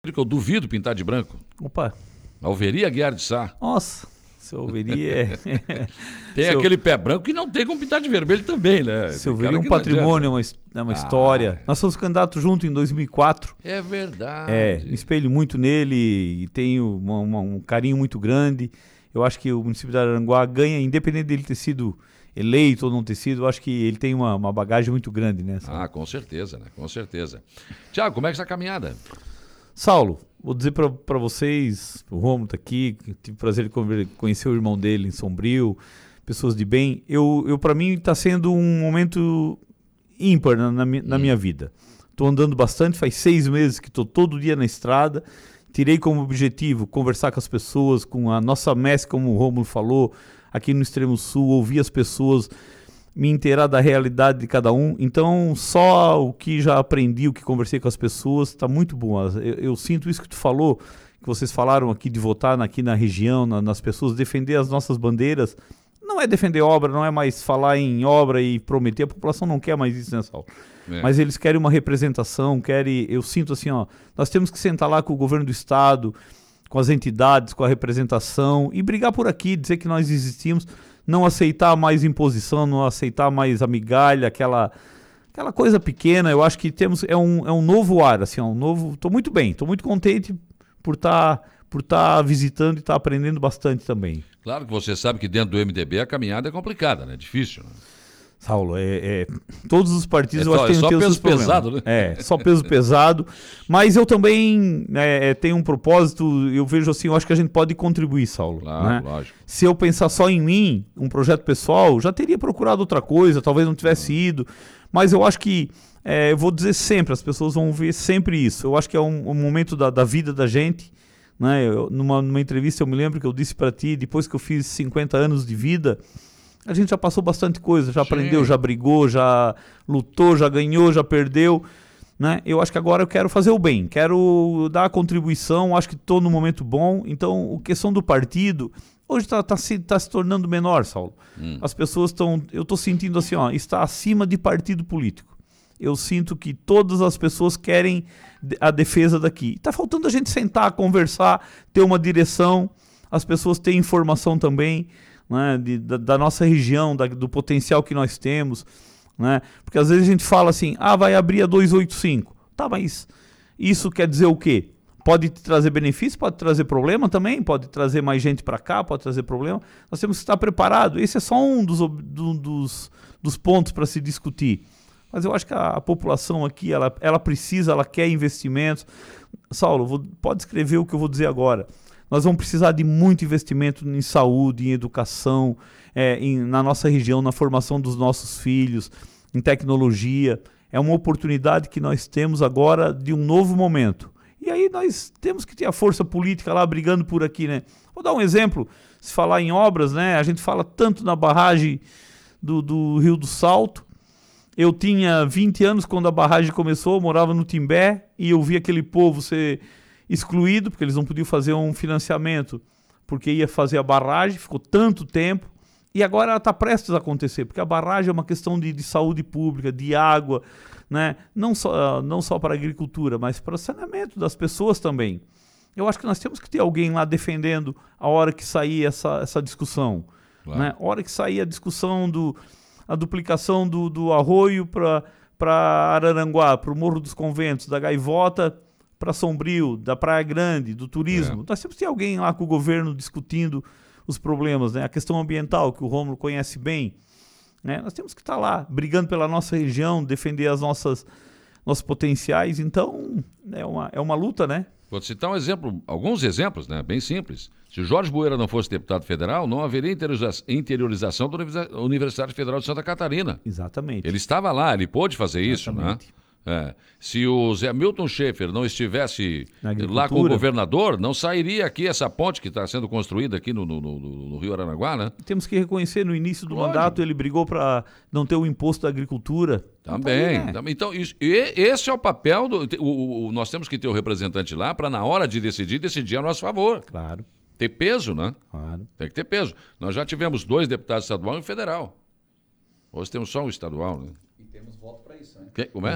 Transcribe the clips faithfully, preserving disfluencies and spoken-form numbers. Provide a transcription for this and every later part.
Eu duvido pintar de branco. Opa. Alveri Aguiar de Sá. Nossa, seu Alveri é... Tem seu... aquele pé branco que não tem como pintar de vermelho também, né? Seu Alveri é um patrimônio, é uma, é uma ah, história. Nós somos candidatos juntos em dois mil e quatro. É verdade. É, me espelho muito nele e tenho uma, uma, um carinho muito grande. Eu acho que o município de Araranguá ganha, independente dele ter sido eleito ou não ter sido, eu acho que ele tem uma, uma bagagem muito grande, né? Ah, com certeza, né? Com certeza. Tiago, como é que está a caminhada? Saulo, vou dizer para vocês, o Rômulo está aqui, tive o prazer de conhecer o irmão dele em Sombrio, pessoas de bem. Eu, eu para mim está sendo um momento ímpar na, na, na hum. minha vida. Estou andando bastante, faz seis meses que estou todo dia na estrada. Tirei como objetivo conversar com as pessoas, com a nossa mestre, como o Rômulo falou, aqui no Extremo Sul, ouvir as pessoas, me inteirar da realidade de cada um. Então, só o que já aprendi, o que conversei com as pessoas, está muito bom. Eu, eu sinto isso que tu falou, que vocês falaram aqui de votar aqui na região, na, nas pessoas, defender as nossas bandeiras. Não é defender obra, não é mais falar em obra e prometer. A população não quer mais isso, né, Saulo? É. Mas eles querem uma representação, querem... Eu sinto assim, ó, nós temos que sentar lá com o governo do estado, com as entidades, com a representação e brigar por aqui, dizer que nós existimos, não aceitar mais imposição, não aceitar mais a migalha, aquela, aquela coisa pequena. Eu acho que temos é um, é um novo ar, assim, é um novo. Estou muito bem, estou muito contente por estar por tá visitando e estar tá aprendendo bastante também. Claro que você sabe que dentro do M D B a caminhada é complicada, né? Difícil, né? Saulo, é, é, todos os partidos é eu acho que tem, tem só peso pesado, né? É, só peso pesado. Mas eu também é, tenho um propósito, eu vejo assim, eu acho que a gente pode contribuir, Saulo. Claro, né? Lógico. Se eu pensar só em mim, um projeto pessoal, já teria procurado outra coisa, talvez não tivesse ido. Mas eu acho que, é, eu vou dizer sempre, as pessoas vão ver sempre isso. Eu acho que é um, um momento da, da vida da gente. Né? Eu, numa, numa entrevista eu me lembro que eu disse para ti, depois que eu fiz cinquenta anos de vida, a gente já passou bastante coisa, já Sim. aprendeu, já brigou, já lutou, já ganhou, já perdeu, né? Eu acho que agora eu quero fazer o bem, quero dar a contribuição, acho que estou num momento bom. Então, a questão do partido, hoje está tá se, tá se tornando menor, Saulo. Hum. As pessoas estão, eu estou sentindo assim, ó, está acima de partido político. Eu sinto que todas as pessoas querem a defesa daqui. Está faltando a gente sentar, conversar, ter uma direção, as pessoas têm informação também, né, de, da, da nossa região, da, do potencial que nós temos, né? Porque às vezes a gente fala assim, ah, vai abrir a duzentos e oitenta e cinco. Tá, mas isso quer dizer o quê? Pode trazer benefício, pode trazer problema também, pode trazer mais gente para cá, pode trazer problema. Nós temos que estar preparados. Esse é só um dos, do, dos, dos pontos para se discutir. Mas eu acho que a, a população aqui, ela, ela precisa, ela quer investimentos. Saulo, vou, pode escrever o que eu vou dizer agora. Nós vamos precisar de muito investimento em saúde, em educação, é, em, na nossa região, na formação dos nossos filhos, em tecnologia. É uma oportunidade que nós temos agora de um novo momento. E aí nós temos que ter a força política lá brigando por aqui, né? Vou dar um exemplo. Se falar em obras, né? A gente fala tanto na barragem do, do Rio do Salto. Eu tinha vinte anos quando a barragem começou, eu morava no Timbé e eu vi aquele povo ser excluído, porque eles não podiam fazer um financiamento, porque ia fazer a barragem, ficou tanto tempo, e agora ela está prestes a acontecer, porque a barragem é uma questão de, de saúde pública, de água, né? Não só, não só para a agricultura, mas para o saneamento das pessoas também. Eu acho que nós temos que ter alguém lá defendendo a hora que sair essa, essa discussão. Claro. Né? A hora que sair a discussão do a duplicação do, do arroio para Araranguá, para o Morro dos Conventos, da Gaivota para Sombrio, da Praia Grande, do turismo. É. Nós temos que ter alguém lá com o governo discutindo os problemas, né? A questão ambiental, que o Rômulo conhece bem. Né? Nós temos que estar lá, brigando pela nossa região, defender as nossas nossos potenciais. Então, é uma, é uma luta, né? Vou citar um exemplo, alguns exemplos, né? Bem simples. Se o Jorge Bueira não fosse deputado federal, não haveria interiorização da Universidade Federal de Santa Catarina. Exatamente. Ele estava lá, ele pôde fazer Exatamente. isso, né? É. Se o Zé Milton Schaefer não estivesse lá com o governador, não sairia aqui essa ponte que está sendo construída aqui no, no, no, no Rio Aranaguá, né? Temos que reconhecer, no início do Lógico. mandato ele brigou para não ter o imposto da agricultura. Também. Então, também. Então isso, e, esse é o papel, do, o, o, nós temos que ter o representante lá para na hora de decidir, decidir a nosso favor. Claro. Ter peso, né? Claro. Tem que ter peso. Nós já tivemos dois deputados estadual e federal. Hoje temos só um estadual, né? E temos voto para isso, né? Que, como é?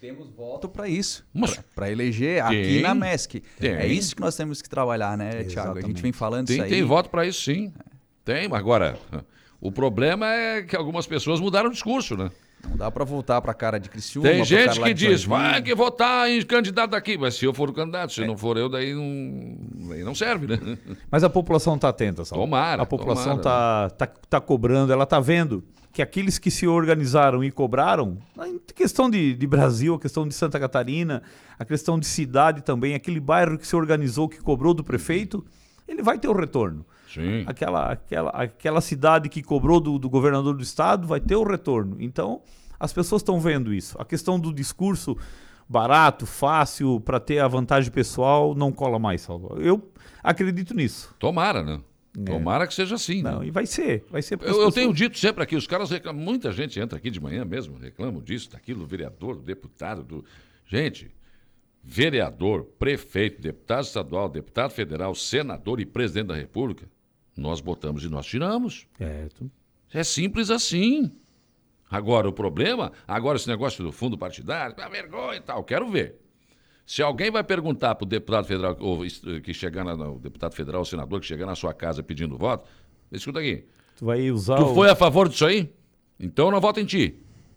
temos voto para isso, para eleger tem, aqui na M E S C. Tem. É isso que nós temos que trabalhar, né, Thiago? A gente vem falando tem, isso aí. Tem voto para isso, sim. Tem, mas agora, o problema é que algumas pessoas mudaram o discurso, né? Não dá para voltar para a cara de Criciúma. Tem gente que diz, vai que votar em candidato daqui, mas se eu for o candidato, se é. não for eu, daí não, daí não serve, né? Mas a população está atenta, Saulo. Tomara. A população está tá, tá cobrando, ela está vendo que aqueles que se organizaram e cobraram, a questão de, de Brasil, a questão de Santa Catarina, a questão de cidade também, aquele bairro que se organizou, que cobrou do prefeito, ele vai ter o retorno. Sim. Aquela, aquela, aquela cidade que cobrou do, do governador do estado vai ter o retorno. Então, as pessoas estão vendo isso. A questão do discurso barato, fácil, para ter a vantagem pessoal, não cola mais, Saulo. Eu acredito nisso. Tomara, né? É. Tomara que seja assim. Não, né? E vai ser. Vai ser eu, pessoas... eu tenho dito sempre aqui, os caras reclamam, muita gente entra aqui de manhã mesmo, reclamam disso, daquilo, do vereador, do deputado, do... Gente... Vereador, prefeito, deputado estadual, deputado federal, senador e presidente da República, nós botamos e nós tiramos. É, tu... é simples assim. Agora, o problema, agora esse negócio do fundo partidário, dá vergonha e tal, quero ver. Se alguém vai perguntar para o deputado federal, ou que chegar na, o deputado federal, o senador que chegar na sua casa pedindo voto, escuta aqui. Tu vai usar Tu o... foi a favor disso aí? Então eu não voto em ti.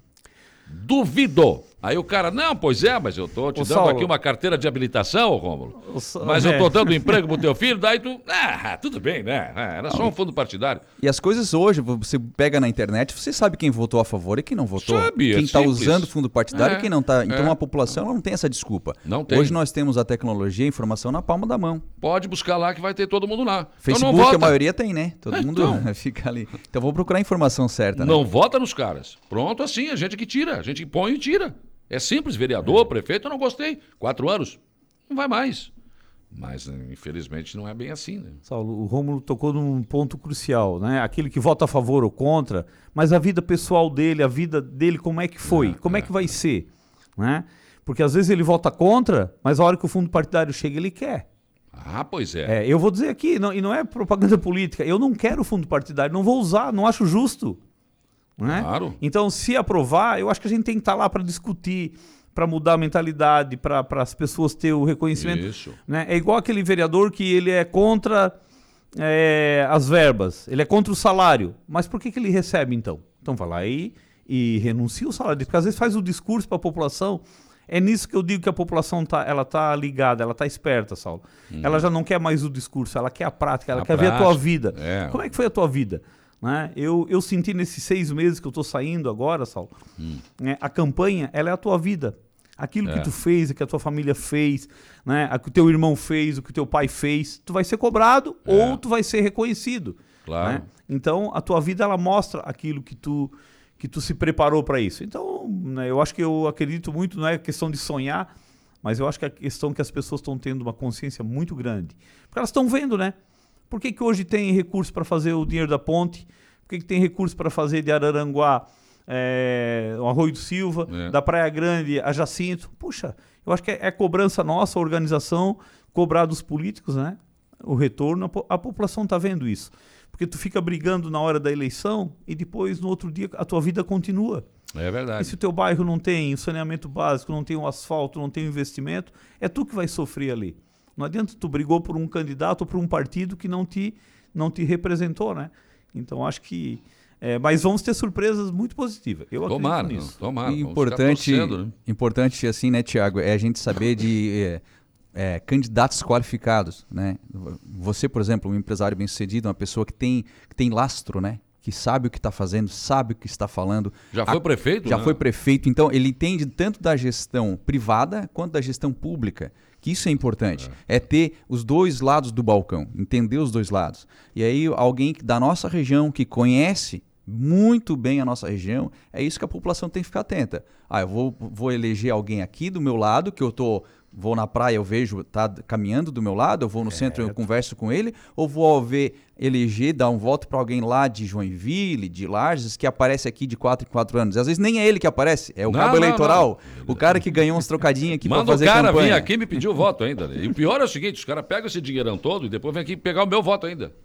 Duvido. Aí o cara, não, pois é, mas eu tô te Ô, dando Saulo, aqui uma carteira de habilitação, ô Rômulo. Ô, Sa- Mas é. eu tô dando emprego pro teu filho, daí tu, ah, tudo bem, né? Ah, era só um fundo partidário. E as coisas hoje, você pega na internet, você sabe quem votou a favor e quem não votou. Sabe, é quem está simples. usando fundo partidário É, e quem não está. Então é. a população ela não tem essa desculpa. Não tem. Hoje nós temos a tecnologia e a informação na palma da mão. Pode buscar lá que vai ter todo mundo lá. Facebook, então não vota. a maioria tem, né? Todo É, mundo então. fica ali. Então vou procurar a informação certa, né? Não vota nos caras. Pronto, assim, a gente que tira. A gente põe e tira. É simples, vereador, é. prefeito, eu não gostei. Quatro anos, não vai mais. Mas, infelizmente, não é bem assim, né? Saulo, o Rômulo tocou num ponto crucial, né? Aquele que vota a favor ou contra, mas a vida pessoal dele, a vida dele, como é que foi? É, como é. é que vai ser? Né? Porque às vezes ele vota contra, mas a hora que o fundo partidário chega, ele quer. Ah, pois é. é eu vou dizer aqui, não, e não é propaganda política, eu não quero fundo partidário, não vou usar, não acho justo. Né? Claro. Então, se aprovar, eu acho que a gente tem que estar lá para discutir, para mudar a mentalidade, para as pessoas terem o reconhecimento. Isso. Né? É igual aquele vereador que ele é contra é, as verbas, ele é contra o salário. Mas por que, que ele recebe, então? Então vai lá e, e renuncia o salário, porque às vezes faz o discurso para a população. É nisso que eu digo que a população tá, ela tá ligada, ela tá esperta, Saulo. Hum. Ela já não quer mais o discurso, ela quer a prática, ela a quer prática. ver a tua vida. É. Como é que foi a tua vida? Né? Eu, eu senti nesses seis meses que eu estou saindo agora, Saulo, hum. né? A campanha, ela é a tua vida. Aquilo é. que tu fez, o que a tua família fez, né? O que o teu irmão fez, o que o teu pai fez, tu vai ser cobrado é. ou tu vai ser reconhecido. Claro. Né? Então, a tua vida, ela mostra aquilo que tu, que tu se preparou para isso. Então, né, eu acho que eu acredito muito, não é questão de sonhar, mas eu acho que é a questão que as pessoas estão tendo uma consciência muito grande. Porque elas estão vendo, né? Por que, que hoje tem recurso para fazer o dinheiro da ponte? Por que, que tem recurso para fazer de Araranguá é, o Arroio do Silva, é. da Praia Grande a Jacinto? Puxa, eu acho que é, é cobrança nossa, a organização, cobrar dos políticos, né? O retorno, a, a população está vendo isso. Porque tu fica brigando na hora da eleição e depois, no outro dia, a tua vida continua. É verdade. E se o teu bairro não tem o saneamento básico, não tem o asfalto, não tem o investimento, é tu que vai sofrer ali. Não adianta tu brigou por um candidato ou por um partido que não te, não te representou, né? Então, acho que... É, mas vamos ter surpresas muito positivas. Eu tomara, acredito nisso. Tomara, e importante, torcendo, né? Importante, assim, né, Tiago, é a gente saber de é, é, candidatos qualificados, né? Você, por exemplo, um empresário bem-sucedido, uma pessoa que tem, que tem lastro, né? Que sabe o que está fazendo, sabe o que está falando. Já foi a, prefeito? Já né? foi prefeito. Então, ele entende tanto da gestão privada quanto da gestão pública. Que isso é importante. É. é ter os dois lados do balcão, entender os dois lados. E aí, alguém da nossa região que conhece muito bem a nossa região, é isso que a população tem que ficar atenta. Ah, eu vou, vou eleger alguém aqui do meu lado, que eu tô... Vou na praia, eu vejo, tá caminhando do meu lado, eu vou no é, centro, eu converso com ele, ou vou ver, eleger, dar um voto para alguém lá de Joinville, de Lages, que aparece aqui de quatro em quatro anos. Às vezes nem é ele que aparece, é o não, cabo não, eleitoral, não. o cara que ganhou uns trocadinhos aqui para fazer campanha. Manda o cara vir aqui e me pedir o voto ainda. E o pior é o seguinte, os caras pegam esse dinheirão todo e depois vem aqui pegar o meu voto ainda.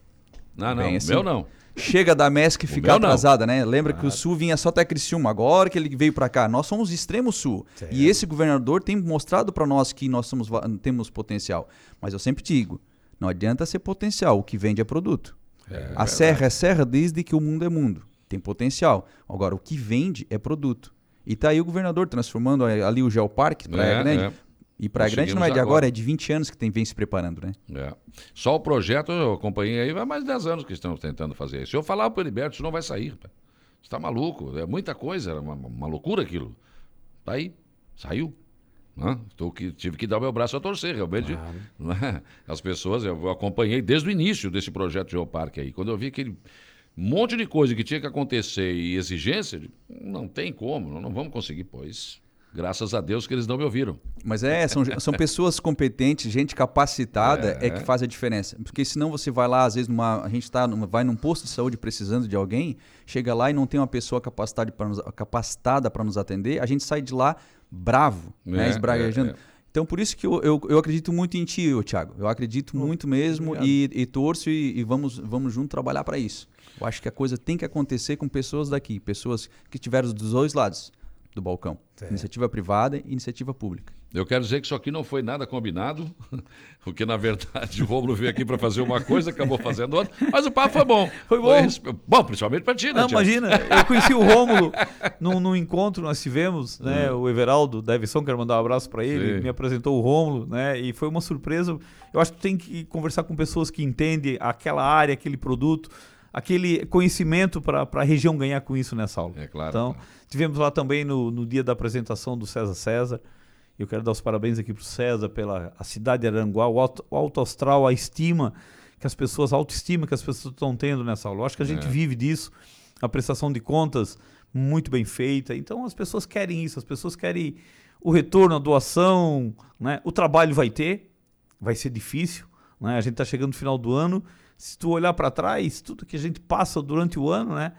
Não, não, Bem o assim. meu não. Chega da M E S que fica meu não. atrasada, né? Lembra que o Sul vinha só até Criciúma, agora que ele veio para cá. Nós somos extremo Sul. Certo. E esse governador tem mostrado para nós que nós somos, va- temos potencial. Mas eu sempre digo, não adianta ser potencial, o que vende é produto. É, A serra é serra desde que o mundo é mundo. Tem potencial. Agora, o que vende é produto. E tá aí o governador transformando ali o Geoparque, Praia É, Grande. é. E Praia Grande não é de Conseguimos agora, agora. é de vinte anos que tem, vem se preparando, né? É. Só o projeto, eu acompanhei aí, vai mais de dez anos que estamos tentando fazer isso. Se eu falar para o Heriberto, isso não vai sair, rapaz. Você está maluco, é muita coisa, era uma, uma loucura aquilo. Tá aí, saiu. Né? Tô que, tive que dar o meu braço a torcer, realmente. Né? As pessoas, eu acompanhei desde o início desse projeto Geoparque aí. Quando eu vi aquele monte de coisa que tinha que acontecer e exigência, eu digo, não tem como, não, não vamos conseguir, pois. Graças a Deus que eles não me ouviram. Mas é, são, são pessoas competentes, gente capacitada É. é. que faz a diferença. Porque senão você vai lá, às vezes, numa, a gente tá numa, vai num posto de saúde precisando de alguém, chega lá e não tem uma pessoa capacitada para nos, capacitada para nos atender, a gente sai de lá bravo, né, É, esbraguejando. é, é. Então, por isso que eu, eu, eu acredito muito em ti, ô, Thiago. Eu acredito muito mesmo e, e torço e, e vamos, vamos junto trabalhar para isso. Eu acho que a coisa tem que acontecer com pessoas daqui, pessoas que tiveram dos dois lados do balcão. Certo. Iniciativa privada e iniciativa pública. Eu quero dizer que isso aqui não foi nada combinado, porque na verdade o Rômulo veio aqui para fazer uma coisa, acabou fazendo outra, mas o papo foi bom. Foi bom. Foi, bom, principalmente para ti, né, Não, Tiago? imagina, eu conheci o Rômulo num, num encontro que nós tivemos, né? O Everaldo da Everson, quero mandar um abraço para ele, Sim. me apresentou o Rômulo, né? E foi uma surpresa. Eu acho que tem que conversar com pessoas que entendem aquela área, aquele produto, aquele conhecimento para a região ganhar com isso nessa aula. É claro. Então, tivemos lá também no, no dia da apresentação do César César. Eu quero dar os parabéns aqui para o César pela a cidade de Aranguá, o alto, o alto astral, a estima que as pessoas, a autoestima que as pessoas estão tendo nessa aula. Eu acho que a gente É. vive disso, a prestação de contas muito bem feita. Então as pessoas querem isso, as pessoas querem o retorno, a doação, né? O trabalho vai ter, vai ser difícil, né? A gente está chegando no final do ano. Se tu olhar para trás, tudo que a gente passa durante o ano, né?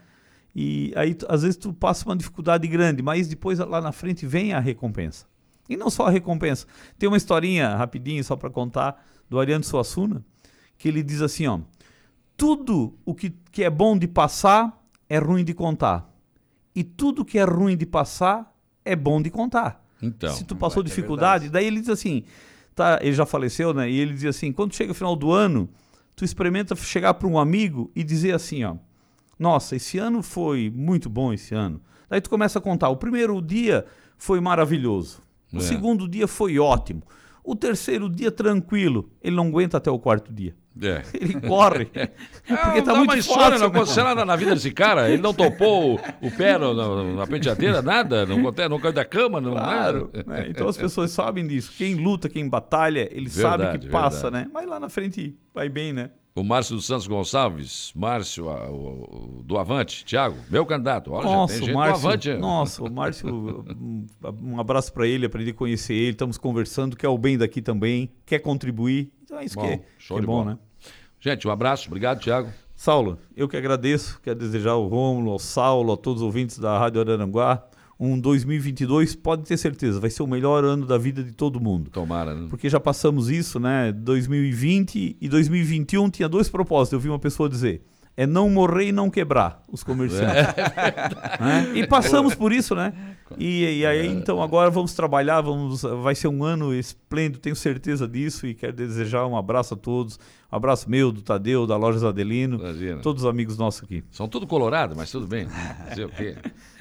E aí, tu- às vezes, tu passa uma dificuldade grande, mas depois lá na frente vem a recompensa. E não só a recompensa. Tem uma historinha rapidinho, só para contar, do Ariano Suassuna, que ele diz assim, ó, tudo o que, que é bom de passar é ruim de contar. E tudo que é ruim de passar é bom de contar. Então, Se tu passou é dificuldade, daí ele diz assim, tá, ele já faleceu, né? E ele diz assim, quando chega o final do ano, tu experimenta chegar para um amigo e dizer assim, ó, nossa, esse ano foi muito bom esse ano. Daí tu começa a contar, o primeiro dia foi maravilhoso, o É. segundo dia foi ótimo, o terceiro dia tranquilo, ele não aguenta até o quarto dia. é. Ele corre, porque Ah, tá dá muito uma história, fácil. não aconteceu nada na vida desse cara. Ele não topou o, o pé no- no- na penteadeira, nada, não, aconte- não caiu da cama, não Claro, nada. né? Então as pessoas sabem disso. Quem luta, quem batalha, ele sabe Verdade, que passa, verdade. né? Mas lá na frente vai bem, né? O Márcio dos Santos Gonçalves, Márcio a- o, o- do Avante, Thiago, meu candidato. Olha, já Nossa, tem o gente Márcio, do Avante. nossa, o Márcio, um, um abraço para ele, aprendi a conhecer ele, estamos conversando, quer o bem daqui também, quer contribuir. Então é isso Bom, que é, show que é de bom, bola. né? Gente, um abraço, obrigado, Thiago. Saulo, eu que agradeço, quero desejar ao Rômulo, ao Saulo, a todos os ouvintes da Rádio Araranguá, um dois mil e vinte e dois, pode ter certeza, vai ser o melhor ano da vida de todo mundo. Tomara, né? Porque já passamos isso, né? dois mil e vinte e dois mil e vinte e um tinha dois propósitos. Eu vi uma pessoa dizer: é não morrer e não quebrar os comerciantes. Né? E passamos por isso, né? E, e aí, então, agora vamos trabalhar, vamos, vai ser um ano esplêndido, tenho certeza disso. E quero desejar um abraço a todos. Um abraço meu, do Tadeu, da Lojas Adelino, Imagina. todos os amigos nossos aqui. São tudo colorado, mas tudo bem. Fazer o quê?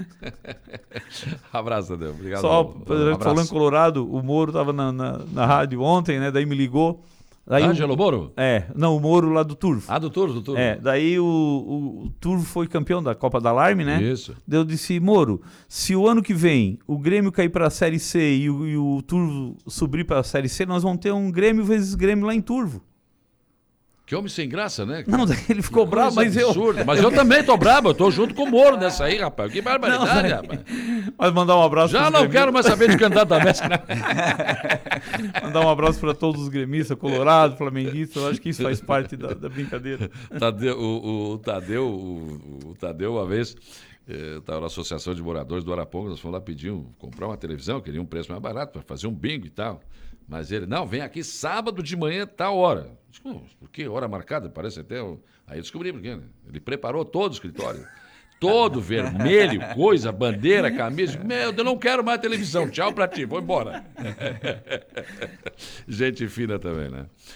Abraço, Tadeu. Obrigado. Só Um falando abraço. em Colorado, o Moro estava na, na, na rádio ontem, né? Daí me ligou. Daí o- Ângelo Moro? É, não, o Moro lá do Turvo. Ah, do Turvo, do Turvo. É, daí o, o, o Turvo foi campeão da Copa da Alarme, né? Isso. Daí eu disse, Moro, se o ano que vem o Grêmio cair para a Série C e o, e o Turvo subir para a Série C, nós vamos ter um Grêmio vezes Grêmio lá em Turvo. Que homem sem graça, né? Não, daí ele ficou Que bravo, coisa mas eu... absurda. Mas eu também tô bravo, eu tô junto com o Moro nessa aí, rapaz. Que barbaridade, Não, daí- rapaz. Mas mandar um abraço Já pros não gremistas. quero mais saber de candidato da Mesca, né? Mandar um abraço para todos os gremistas, Colorado, flamenguistas, eu acho que isso faz parte da, da brincadeira. Tadeu, o, o, o Tadeu, o, o Tadeu, uma vez, estava na Associação de Moradores do Araponga, nós fomos lá pedir, um, comprar uma televisão, queria um preço mais barato para fazer um bingo e tal. Mas ele, não, vem aqui sábado de manhã, tal hora. Disse, por que hora marcada? Parece até... O... Aí eu descobri por quê, né? Ele preparou todo o escritório. Todo vermelho, coisa, bandeira, camisa. Meu, eu não quero mais televisão. Tchau pra ti, vou embora. Gente fina também, né?